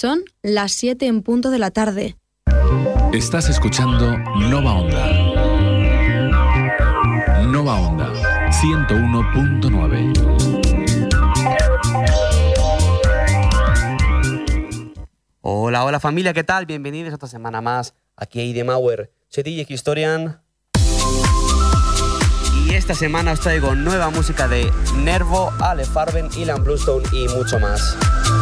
Son las 7 en punto de la tarde. Estás escuchando Nova Onda. Nova Onda 101.9. Hola familia, ¿qué tal? Bienvenidos a otra semana más aquí a Idemauer. Soy DJ Historian y esta semana os traigo nueva música de Nervo, Ale Farben, Ilan Bluestone y mucho más.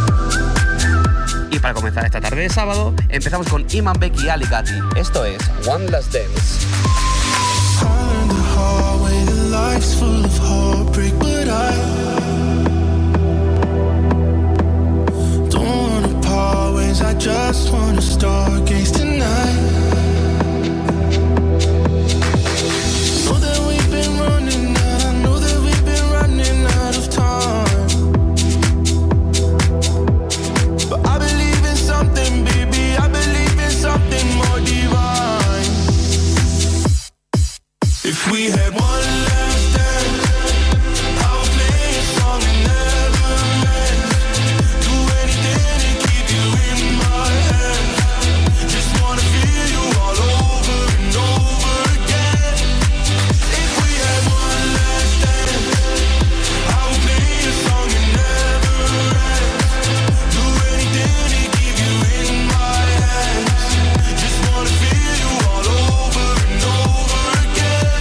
Y para comenzar esta tarde de sábado, empezamos con Iman Beck y Ali Gatti. Esto es One Last Dance. I just wanna stargaze tonight. Know that we've been running out. I know that we've been running out of time. But I believe in something, baby. I believe in something more divine. If we had one last dance, I would play a song and never end. Do anything to keep you in my head. Just wanna feel you all over and over again. If we had one last dance, I would play a song and never end. Do anything to keep you in my head. Just wanna feel you all over and over again.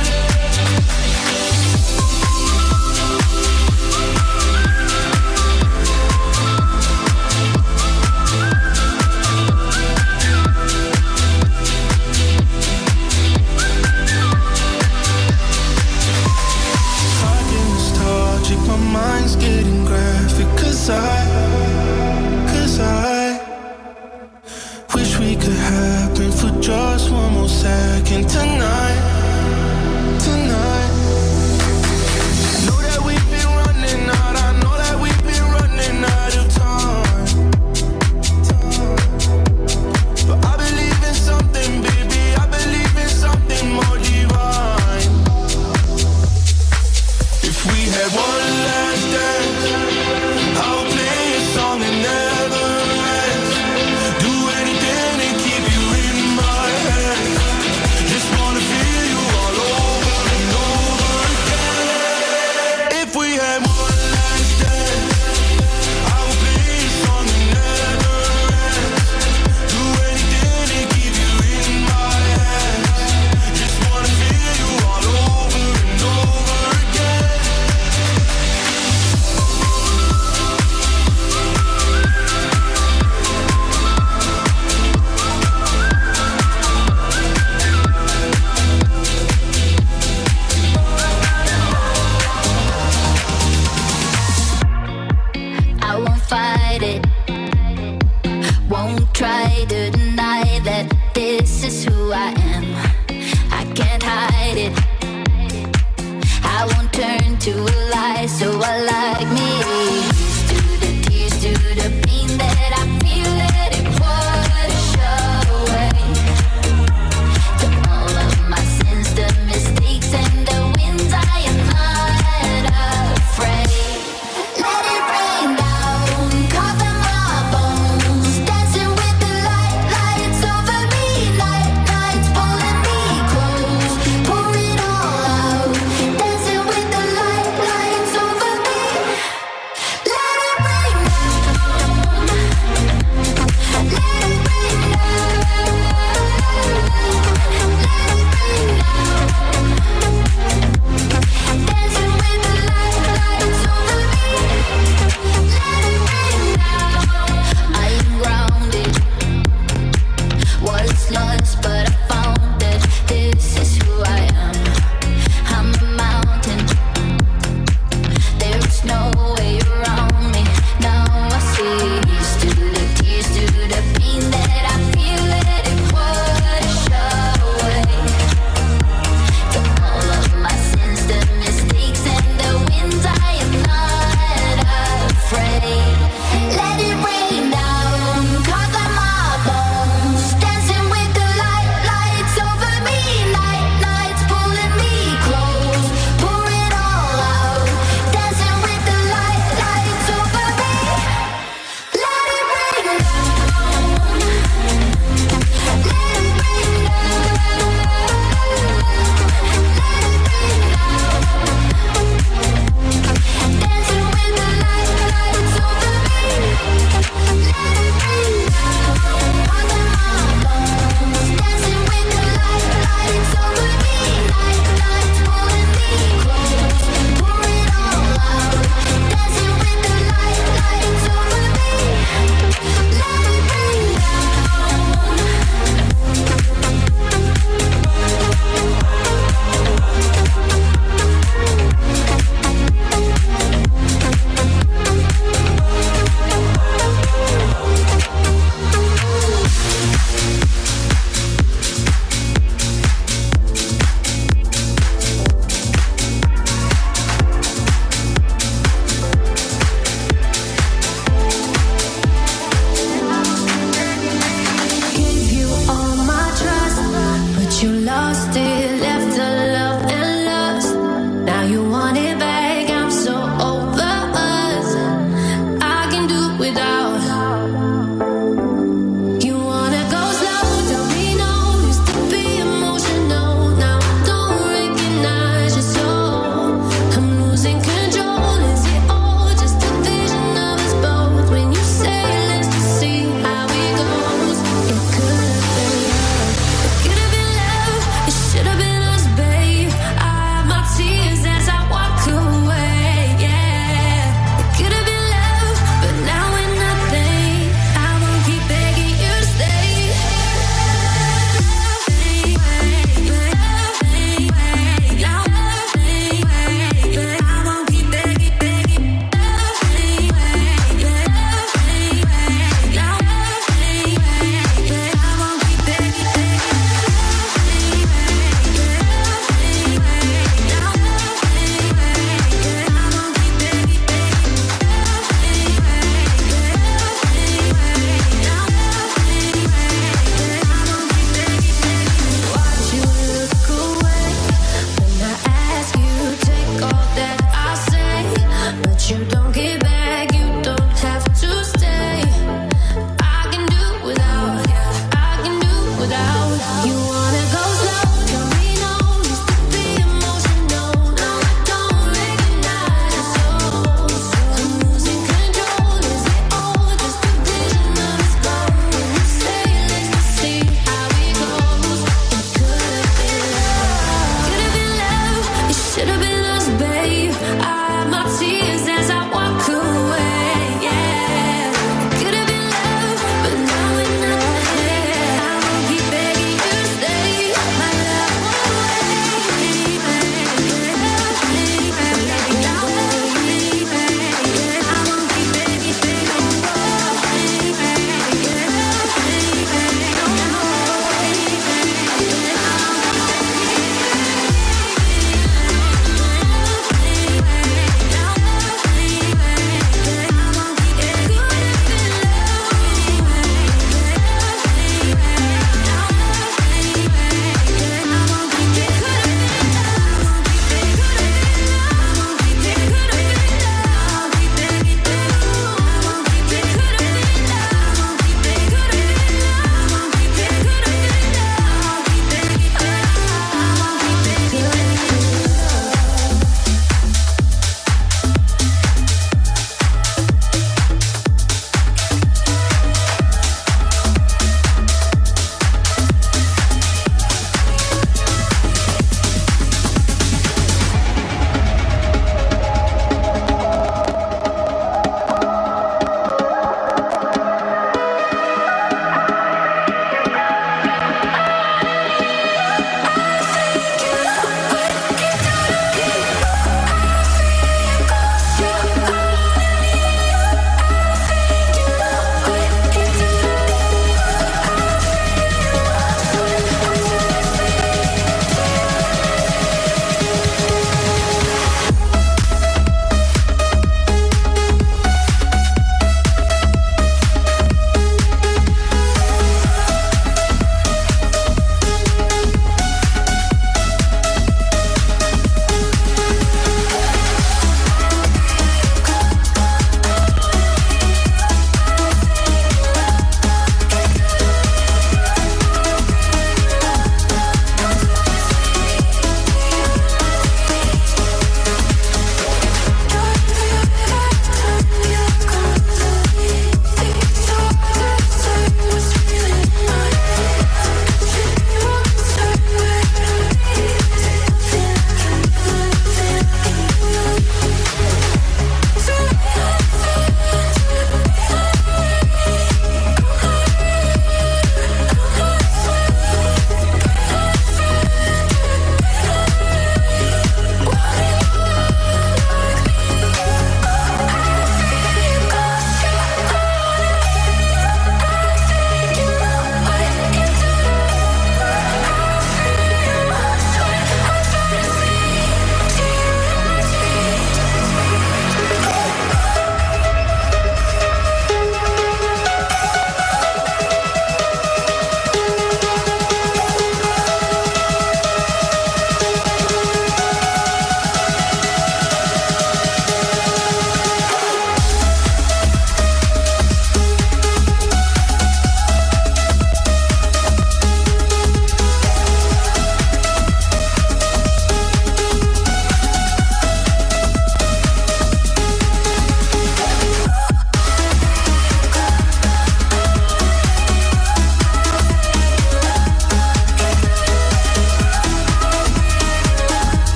Fucking nostalgic, my mind's getting graphic. Cause I wish we could happen for just one more second tonight. Know that we've been running out. I know that we've been running out of time. But I believe in something, baby. I believe in something more divine. If we had one last dance, I'll play a song and never end. Do anything to keep you in my head. Just wanna feel you all over and over again. If we had one last dance, I'll play a song and never end. Do anything to keep you in my head. Just wanna feel you all over and over again. I won't fight it, won't try to deny that this is who I am. I can't hide it, I won't turn to a lie, so I like me. Tears to the pain that I feel, let it wash away. To all of my sins, the mistakes and the wins, I am not afraid. Let it rain down, cover my bones. Dancing with the lights over me, nights for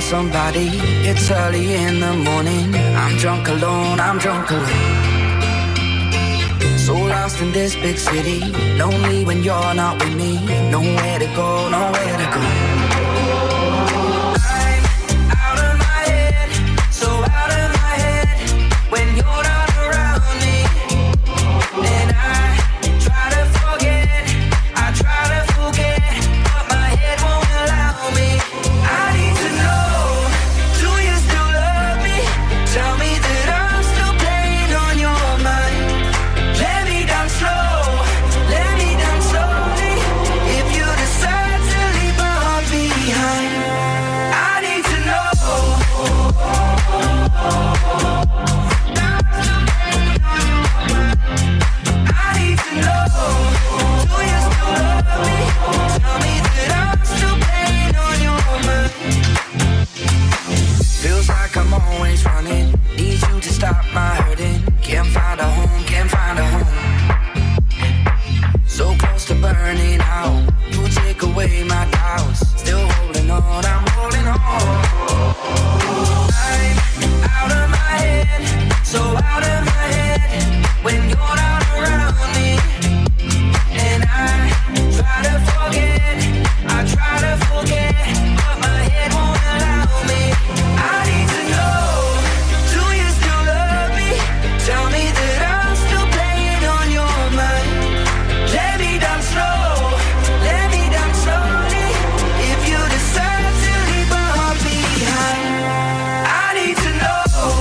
somebody. It's early in the morning. I'm drunk alone, I'm drunk alone. So lost in this big city. Lonely when you're not with me. Nowhere to go, nowhere to go. I'm out of my head, so out of my head when you're not around me. And I try to forget, but my head won't allow me. I need to know, do you still love me? Tell me that I'm still playing on your mind. Let me down slowly. If you decide to leave my heart behind, I need to know. I need to know, do you still love me? Tell me that I'm still playing on your mind. Feels like I'm always running. Need you to stop my hurting. Can't find a home, can't find a home. So close to burning out. You take away my doubts. Still holding on, I'm holding on. I'm out of my head, so out of my head when you're not around me. And I try to forget, but my head won't allow me. I need to know, do you still love me? Tell me that I'm still playing on your mind. Let me down slowly. If you decide to leave my heart behind, I need to know.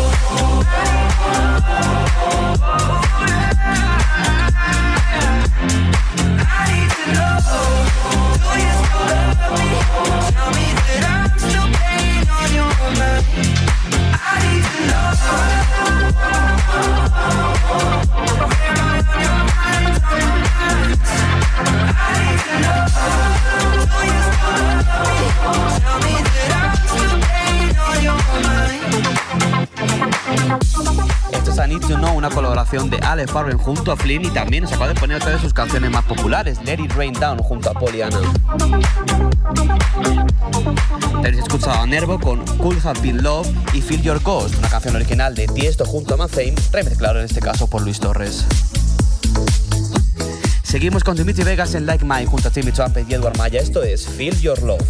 I need to know, do you still love me? Tell me that I'm still playing on your mind. I need to know. Where am I on your mind? I need to know, do you still love me? Tell me that I'm still playing on your mind. Esto es I Need to Know, una colaboración de Ale Farben junto a Flynn, y también nos acaba de poner otra de sus canciones más populares, Let It Rain Down, junto a Pollyanna. Habéis escuchado a Nervo con Could Have Been Love y Feel Your Ghost, una canción original de Tiesto junto a Mafame, remezclado en este caso por Luis Torres. Seguimos con Dimitri Vegas en Like Mike junto a Timmy Trumpet y Edward Maya. Esto es Feel Your Love.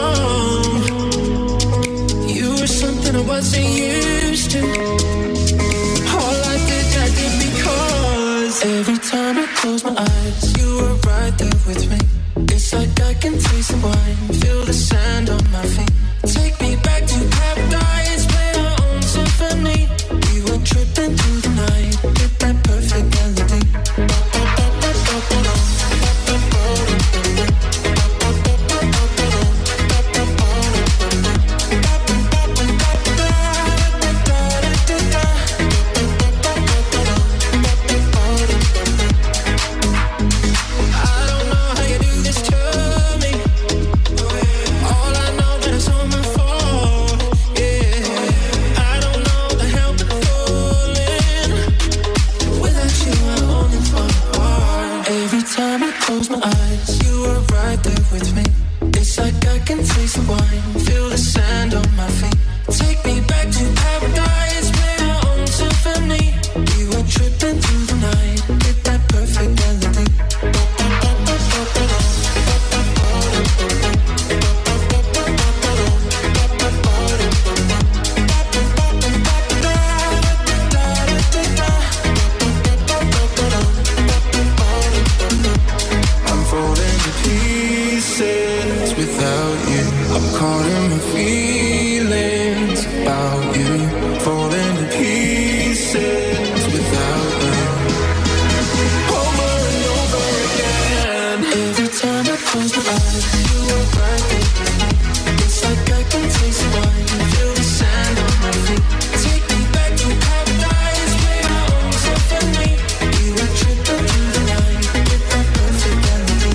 wrong. You were something I wasn't used to. All I did because every time I close my eyes, you were right there with me. It's like I can taste the wine, feel the sand on my feet. Take me back to paradise, play our own symphony. We were tripping through the night with that perfect melody. Close my eyes, you were right there with me. It's like I can taste the wine, feel the sand on my feet. Take me back to paradise, play our own symphony. We were tripping through the night with that perfect melody. Without you, I'm caught in my feelings about you. Falling to pieces without you. Over and over again. Every time I close my eyes, you were right there with me. It's like I can taste the wine, feel the sand on my feet. Take me back to paradise, play our own symphony. We were tripping through the night with that perfect melody.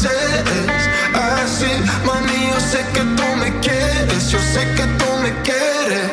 placeres. Así, mami, yo sé que tú me quieres, yo sé que tú me quieres.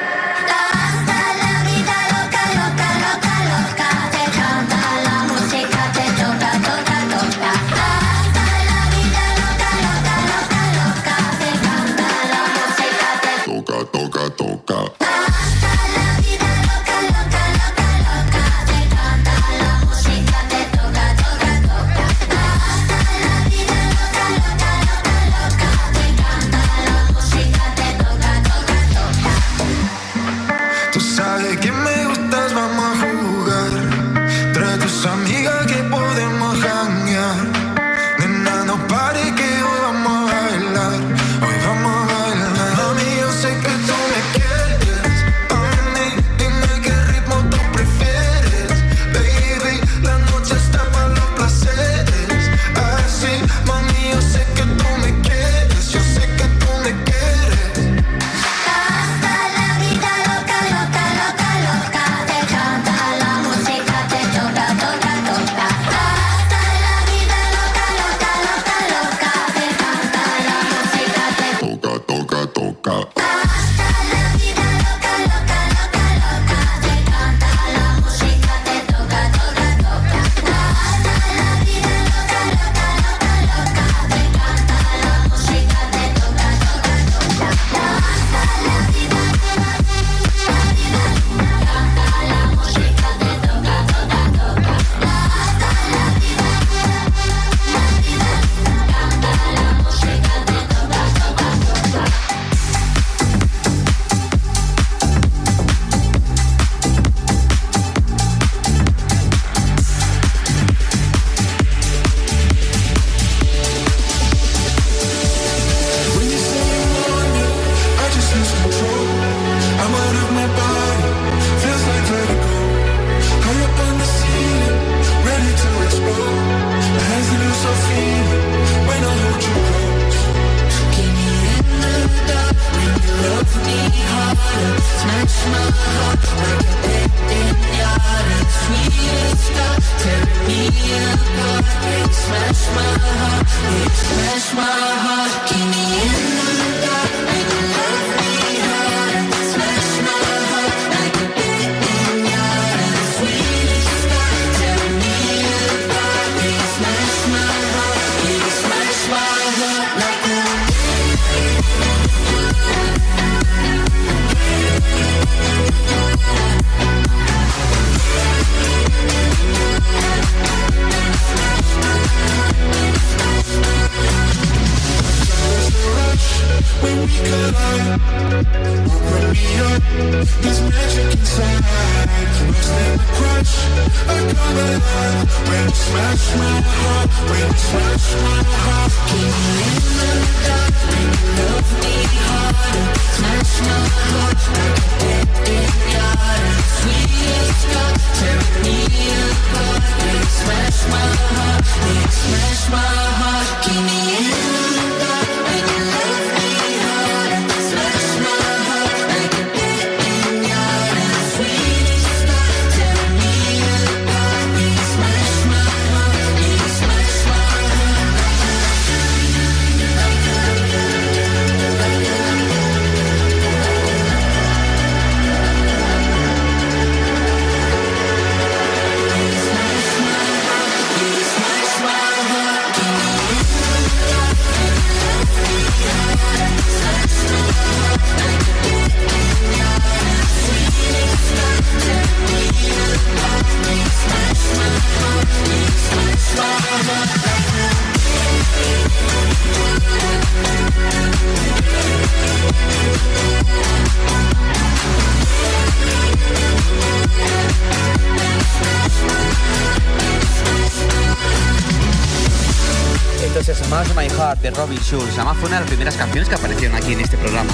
Smash My Heart de Robin Schulz. Además fue una de las primeras canciones que aparecieron aquí en este programa.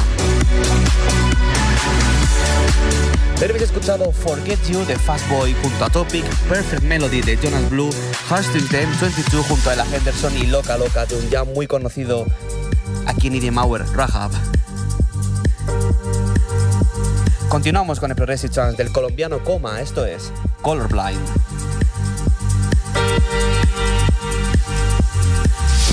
Pero habéis escuchado Forget You de Fastboy junto a Topic, Perfect Melody de Jonas Blue, Heartstrings de M22 junto a Ella Henderson y Loca Loca de un ya muy conocido aquí en EDM Hour, Rahab. Continuamos con el Progressive Trance del colombiano Coma, esto es Colorblind.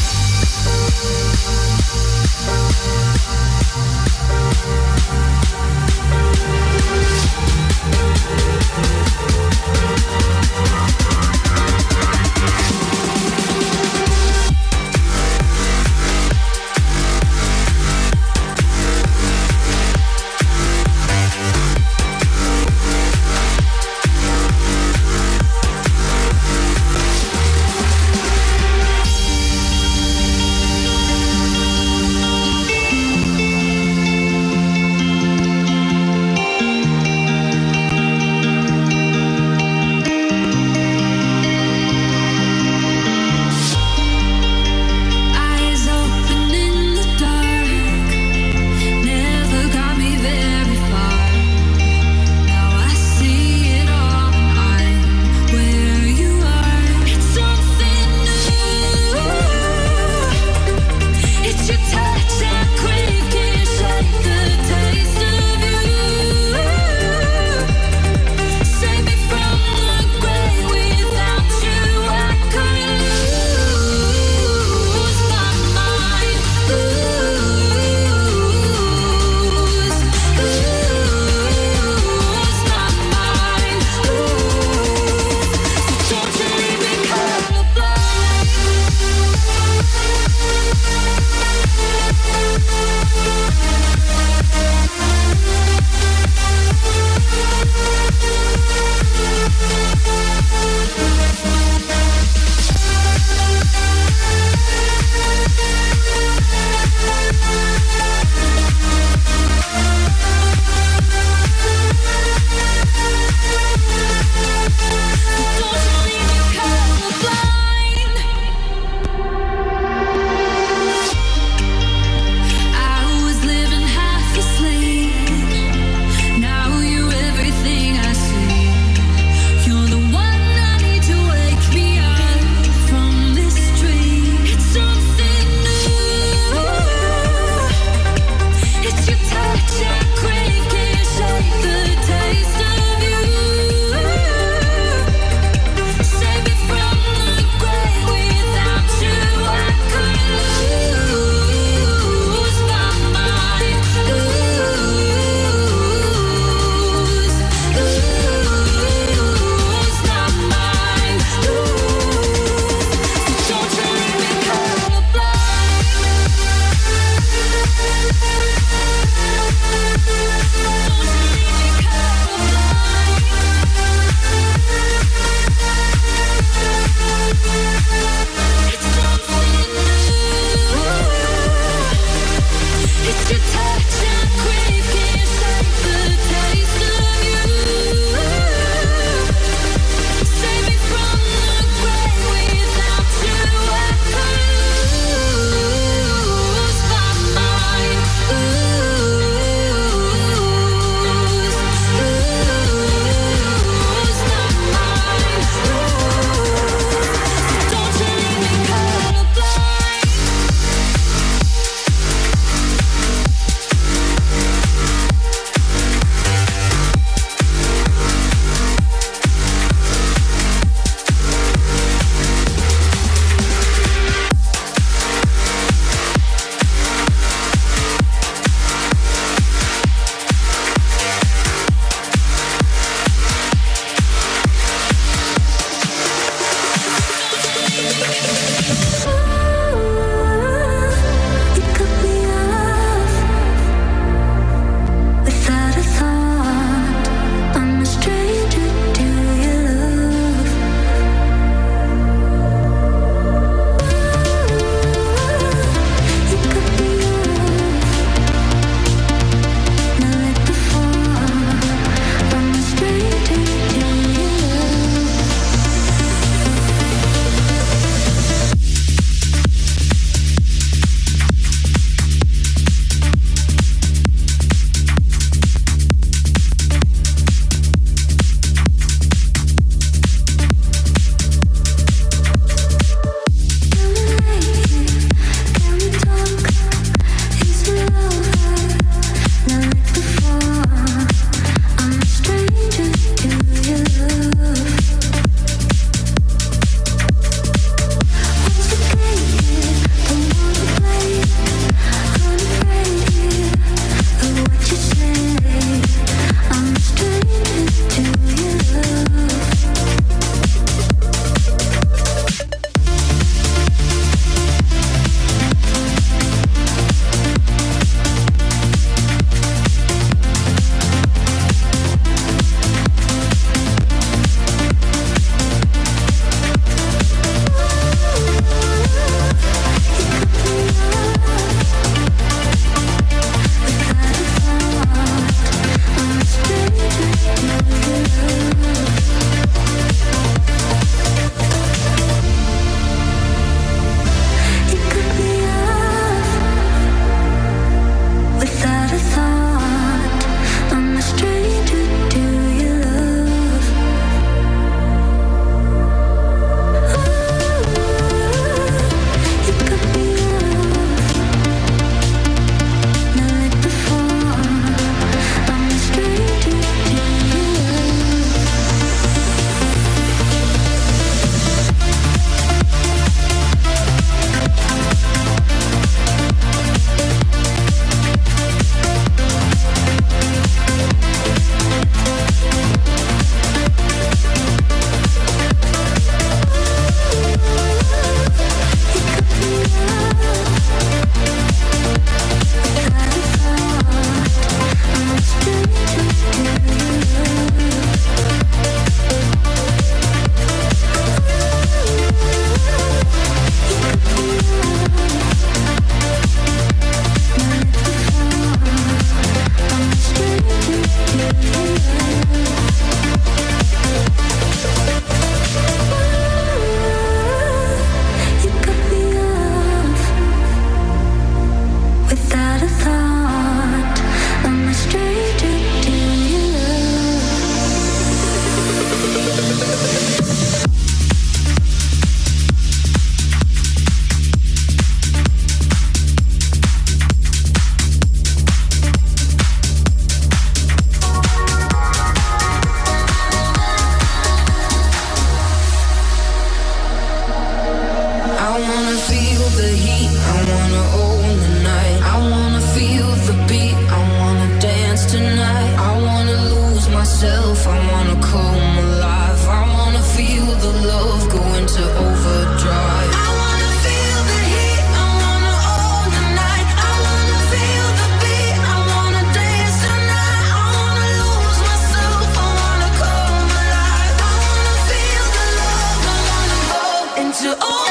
I wanna feel the heat, I wanna own the night. I wanna feel the beat, I wanna dance tonight. I wanna lose myself, I wanna come alive. I wanna feel the love go into overdrive. I wanna feel the heat, I wanna own the night. I wanna feel the beat, I wanna dance tonight. I wanna lose myself, I wanna come alive. I wanna feel the love, I wanna go into overdrive.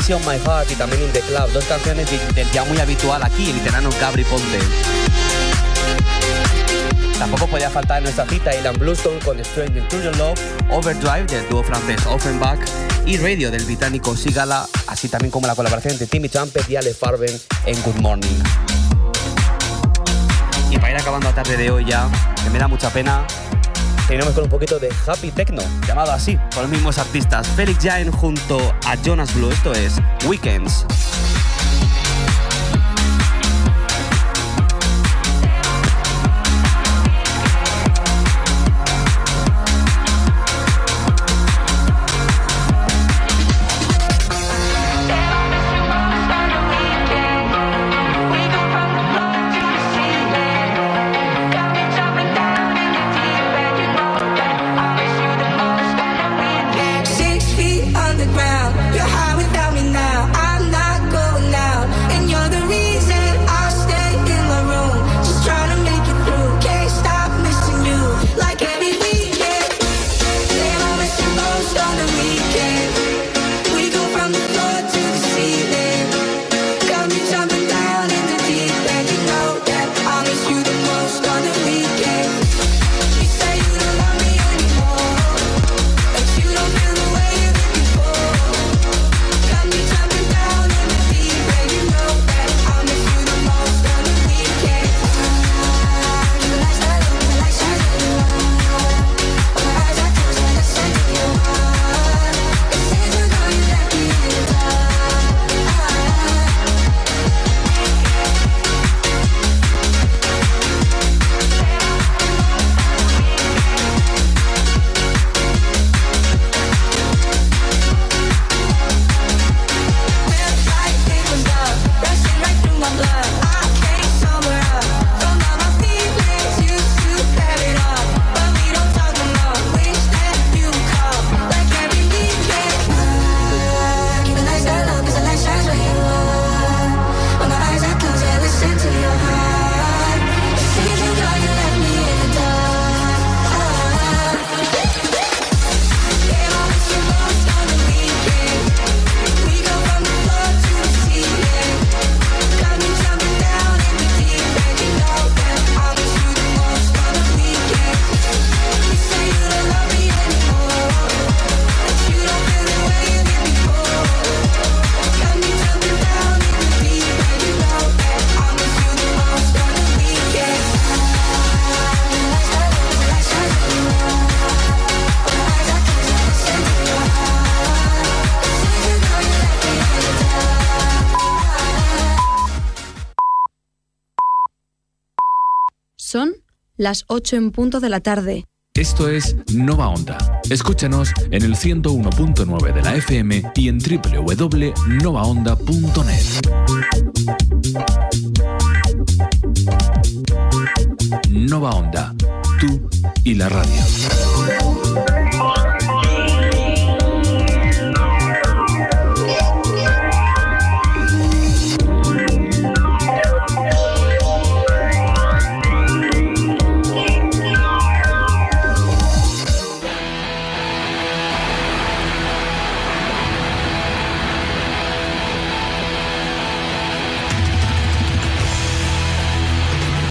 On My Heart y también In The Club, dos canciones del ya muy habitual aquí, el italiano Gabry Ponte. Tampoco podía faltar en nuestra cita Ilan Bluestone con Stranger to Your Love, Overdrive del dúo francés Offenbach y Radio del británico Sigala, así también como la colaboración entre Timmy Trumpet y Ale Farben en Good Morning. Y para ir acabando la tarde de hoy ya, que me da mucha pena, terminamos con un poquito de Happy Techno, llamado así, por los mismos artistas Felix Jaehn junto a Jonas Blue, esto es Weekends. Son las 8 en punto de la tarde. Esto es Nova Onda. Escúchanos en el 101.9 de la FM y en www.novaonda.net. Nova Onda, tú y la radio.